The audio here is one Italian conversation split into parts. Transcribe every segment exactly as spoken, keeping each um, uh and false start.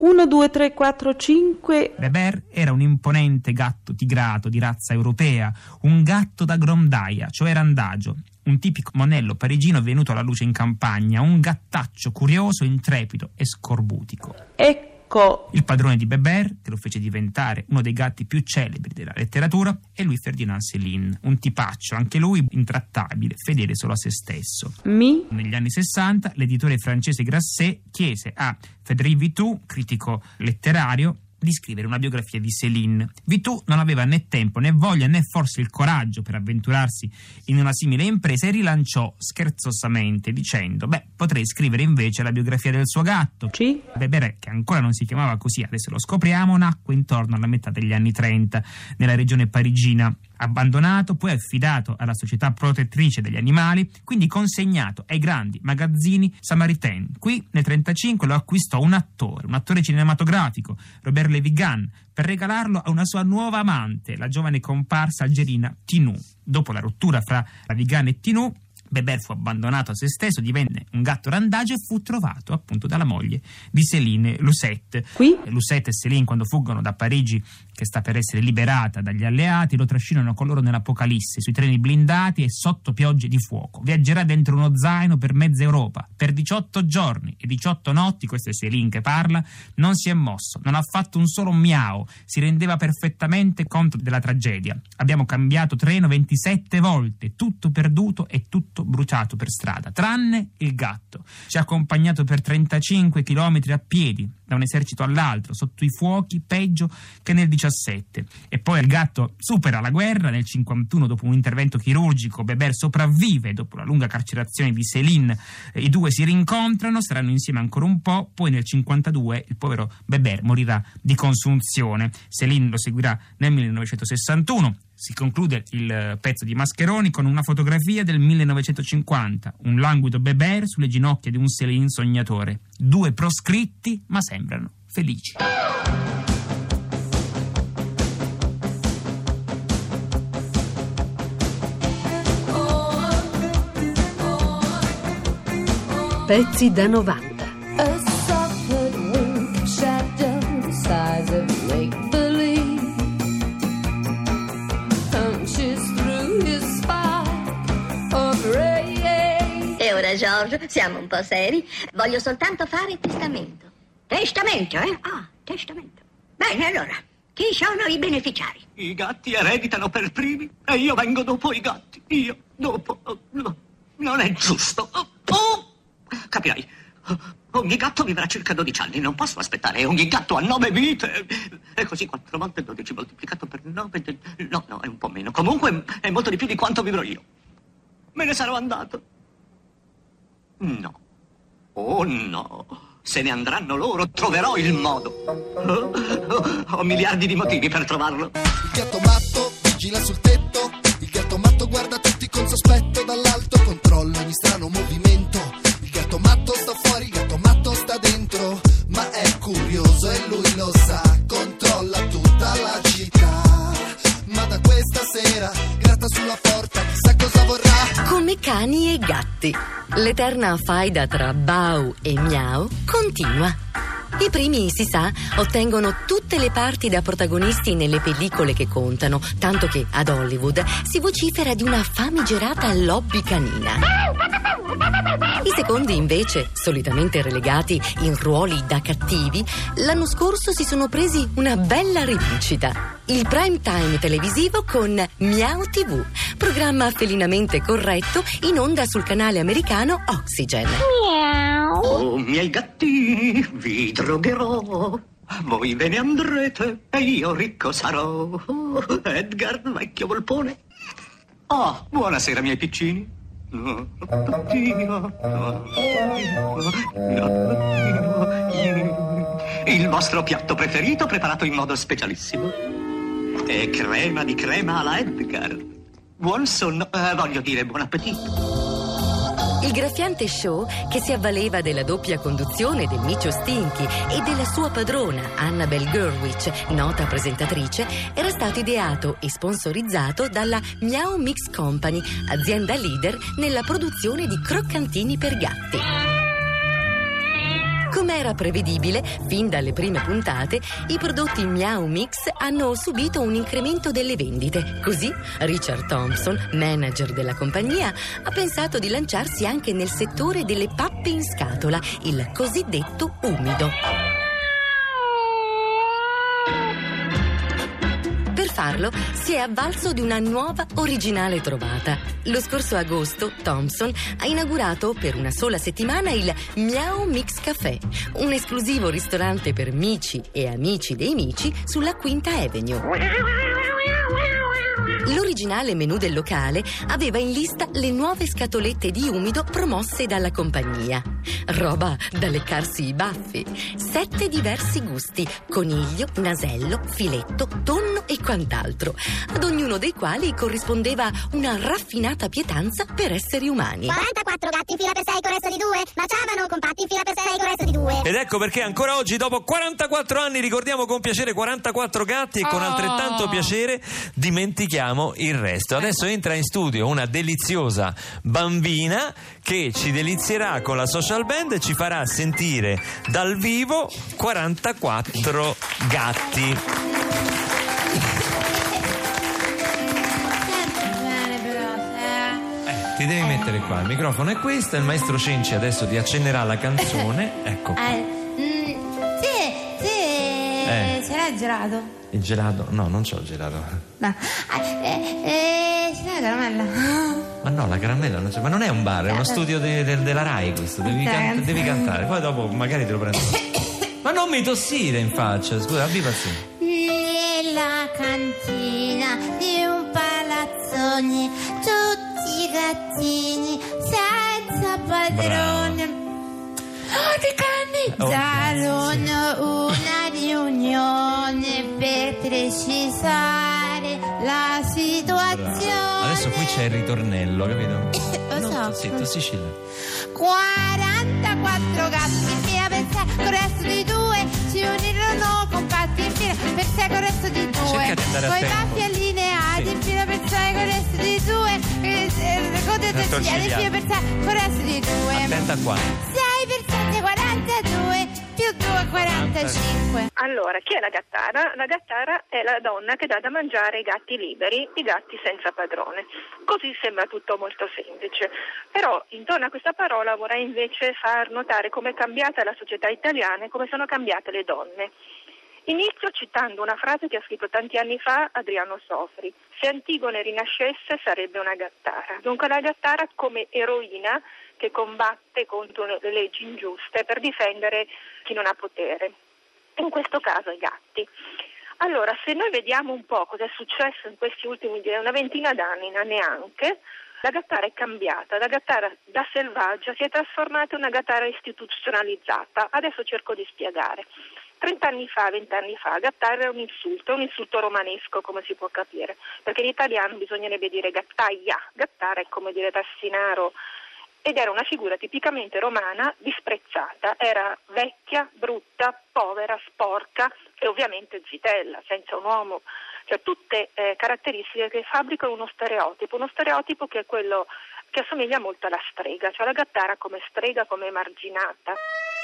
uno, due, tre, quattro, cinque. Bébert era un imponente gatto tigrato di razza europea, un gatto da grondaia, cioè randagio, un tipico monello parigino venuto alla luce in campagna, un gattaccio curioso, intrepido e scorbutico. Ecco. Il padrone di Bébert, che lo fece diventare uno dei gatti più celebri della letteratura, è Louis-Ferdinand Céline, un tipaccio, anche lui intrattabile, fedele solo a se stesso. Mi? Negli anni sessanta l'editore francese Grasset chiese a Frédéric Vitoux, critico letterario, di scrivere una biografia di Céline. Vitoux non aveva né tempo né voglia né forse il coraggio per avventurarsi in una simile impresa e rilanciò scherzosamente dicendo: beh, potrei scrivere invece la biografia del suo gatto. Sì. Bébert, che ancora non si chiamava così, adesso lo scopriamo, nacque intorno alla metà degli anni trenta nella regione parigina. Abbandonato, poi affidato alla società protettrice degli animali, quindi consegnato ai grandi magazzini Samaritain. Qui nel trentacinque lo acquistò un attore, un attore cinematografico, Robert Levigan, per regalarlo a una sua nuova amante, la giovane comparsa algerina Tinou. Dopo la rottura fra Levigan e Tinou, Bébert fu abbandonato a se stesso, divenne un gatto randagio e fu trovato appunto dalla moglie di Céline, Lucette. Qui? Lucette e Céline, quando fuggono da Parigi, che sta per essere liberata dagli alleati, lo trascinano con loro nell'Apocalisse, sui treni blindati e sotto piogge di fuoco. Viaggerà dentro uno zaino per mezza Europa. Per diciotto giorni e diciotto notti, questa è Céline che parla, non si è mosso, non ha fatto un solo miau, si rendeva perfettamente conto della tragedia. Abbiamo cambiato treno ventisette volte, tutto perduto e tutto bruciato per strada, tranne il gatto. Ci ha accompagnato per trentacinque chilometri a piedi, da un esercito all'altro, sotto i fuochi, peggio che nel diciassette. E poi il gatto supera la guerra. Nel cinquantuno, dopo un intervento chirurgico, Bébert sopravvive. Dopo la lunga carcerazione di Céline, i due si rincontrano, staranno insieme ancora un po'. Poi nel cinquantadue il povero Bébert morirà di consunzione. Céline lo seguirà nel millenovecentosessantuno. Si conclude il pezzo di Mascheroni con una fotografia del millenovecentocinquanta, un languido Bébert sulle ginocchia di un Céline sognatore. Due proscritti, ma sembrano felici. Pezzi da novanta. George, siamo un po' seri. Voglio soltanto fare testamento. Testamento, eh? Ah, testamento. Bene, allora, chi sono i beneficiari? I gatti ereditano per primi e io vengo dopo i gatti. Io dopo... Oh, no, non è giusto. Oh, oh, capirai. Ogni gatto vivrà circa dodici anni, non posso aspettare. Ogni gatto ha nove vite. E così quattro volte dodici moltiplicato per nove... No, no, è un po' meno. Comunque è molto di più di quanto vivrò io. Me ne sarò andato. No. Oh no. Se ne andranno loro, troverò il modo. Oh, oh, ho miliardi di motivi per trovarlo. Il gatto matto vigila sul tetto. Il gatto matto guarda tutti con sospetto dall'alto. Controlla ogni strano movimento. Il gatto matto sta fuori, il gatto matto sta dentro. Ma è curioso e lui lo sa. Controlla tutta la città. Ma da questa sera gratta sulla porta, chissà cosa vorrà. Come cani e gatti, l'eterna faida tra Bau e Miau continua. I primi, si sa, ottengono tutte le parti da protagonisti nelle pellicole che contano, tanto che ad Hollywood si vocifera di una famigerata lobby canina. I secondi, invece, solitamente relegati in ruoli da cattivi, l'anno scorso si sono presi una bella rivincita. Il prime time televisivo con Miau tivù, programma felinamente corretto in onda sul canale americano Oxygen. Miau. Oh, miei gattini, vi drogherò. Voi ve ne andrete e io ricco sarò. Oh, Edgar, vecchio volpone. Oh, buonasera, miei piccini. No, no, no, il vostro piatto preferito preparato in modo specialissimo. E crema di crema alla Edgar. Buon sonno, eh, voglio dire buon appetito. Il graffiante show, che si avvaleva della doppia conduzione del Micio Stinchi e della sua padrona Annabelle Gurwitch, nota presentatrice, era stato ideato e sponsorizzato dalla Miau Mix Company, azienda leader nella produzione di croccantini per gatti. Come era prevedibile, fin dalle prime puntate, i prodotti Miau Mix hanno subito un incremento delle vendite. Così Richard Thompson, manager della compagnia, ha pensato di lanciarsi anche nel settore delle pappe in scatola, il cosiddetto umido. Per farlo si è avvalso di una nuova originale trovata. Lo scorso agosto Thompson ha inaugurato per una sola settimana il Miau Mix Café, un esclusivo ristorante per mici e amici dei mici sulla Quinta Avenue. L'originale menù del locale aveva in lista le nuove scatolette di umido promosse dalla compagnia. Roba da leccarsi i baffi. Sette diversi gusti: coniglio, nasello, filetto, tonno e quant'altro, ad ognuno dei quali corrispondeva una raffinata pietanza per esseri umani. quarantaquattro gatti in fila per sei con resto di due, baciavano compatti in fila per sei con resto di due. Ed ecco perché ancora oggi, dopo quarantaquattro anni, ricordiamo con piacere quarantaquattro gatti e con altrettanto piacere dimentichiamo il resto. Adesso entra in studio una deliziosa bambina che ci delizierà con la social band e ci farà sentire dal vivo quarantaquattro gatti. Eh, ti devi mettere qua, il microfono è questo, il maestro Cenci adesso ti accenderà la canzone. Ecco. Eh, mm, sì, sì, Eh. ce l'hai il gelato? Il gelato? No, non c'ho il gelato. No. Eh, eh, ce l'hai la caramella? Ma no, la caramella non c'è. Ma non è un bar, è uno studio de- de- della Rai questo. Devi, can- devi cantare, poi dopo magari te lo prendo. Ma non mi tossire in faccia, scusa, abbi pazienza. Nella cantina di un palazzone, tutti i gattini senza padrone. Organizzarono una riunione per precisare la situazione. Adesso qui c'è il ritornello, capito? Lo so. No, sì, tossicilla. quarantaquattro gatti in fila per sé con il resto di due, si unirono compatti in fila per sé con il resto di due, Cerca di andare a con i tempo. baffi allineati Sì. in fila per sé con il resto di due, eh, eh, con i torcigliati in fila per sé con il resto di due. Attenta qua. sei per sette quarantadue più due quarantacinque. Allora, chi è la gattara? La gattara è la donna che dà da mangiare ai gatti liberi, i gatti senza padrone. Così sembra tutto molto semplice. Però intorno a questa parola vorrei invece far notare come è cambiata la società italiana e come sono cambiate le donne. Inizio citando una frase che ha scritto tanti anni fa Adriano Sofri: se Antigone rinascesse sarebbe una gattara. Dunque la gattara come eroina che combatte contro le leggi ingiuste per difendere chi non ha potere, in questo caso i gatti. Allora, se noi vediamo un po' cosa è successo in questi ultimi una ventina d'anni, neanche, la gattara è cambiata. La gattara da selvaggia si è trasformata in una gattara istituzionalizzata. Adesso cerco di spiegare. Trent'anni fa, vent'anni fa, gattara era un insulto, un insulto romanesco, come si può capire, perché in italiano bisognerebbe dire gattaia, gattara è come dire tassinaro, ed era una figura tipicamente romana disprezzata, era vecchia, brutta, povera, sporca e ovviamente zitella, senza un uomo, cioè tutte eh, caratteristiche che fabbricano uno stereotipo, uno stereotipo che è quello che assomiglia molto alla strega, cioè la gattara come strega, come emarginata.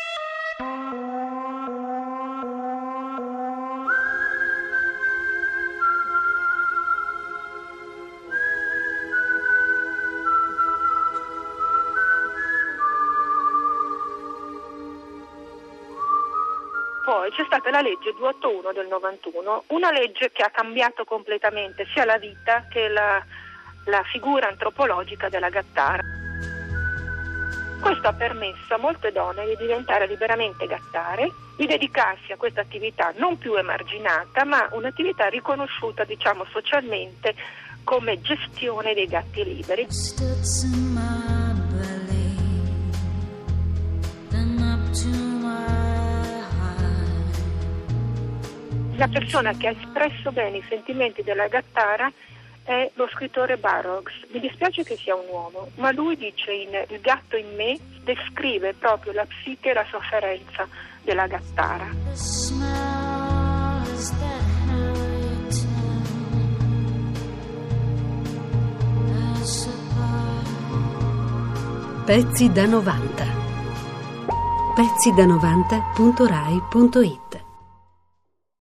Poi c'è stata la legge duecentottantuno del novantuno, una legge che ha cambiato completamente sia la vita che la, la figura antropologica della gattara. Questo ha permesso a molte donne di diventare liberamente gattare, di dedicarsi a questa attività non più emarginata, ma un'attività riconosciuta, diciamo, socialmente come gestione dei gatti liberi. La persona che ha espresso bene i sentimenti della gattara è lo scrittore Burroughs. Mi dispiace che sia un uomo, ma lui dice in Il gatto in me, descrive proprio la psiche e la sofferenza della gattara. Pezzi da novanta. pezzi da novanta punto rai punto it.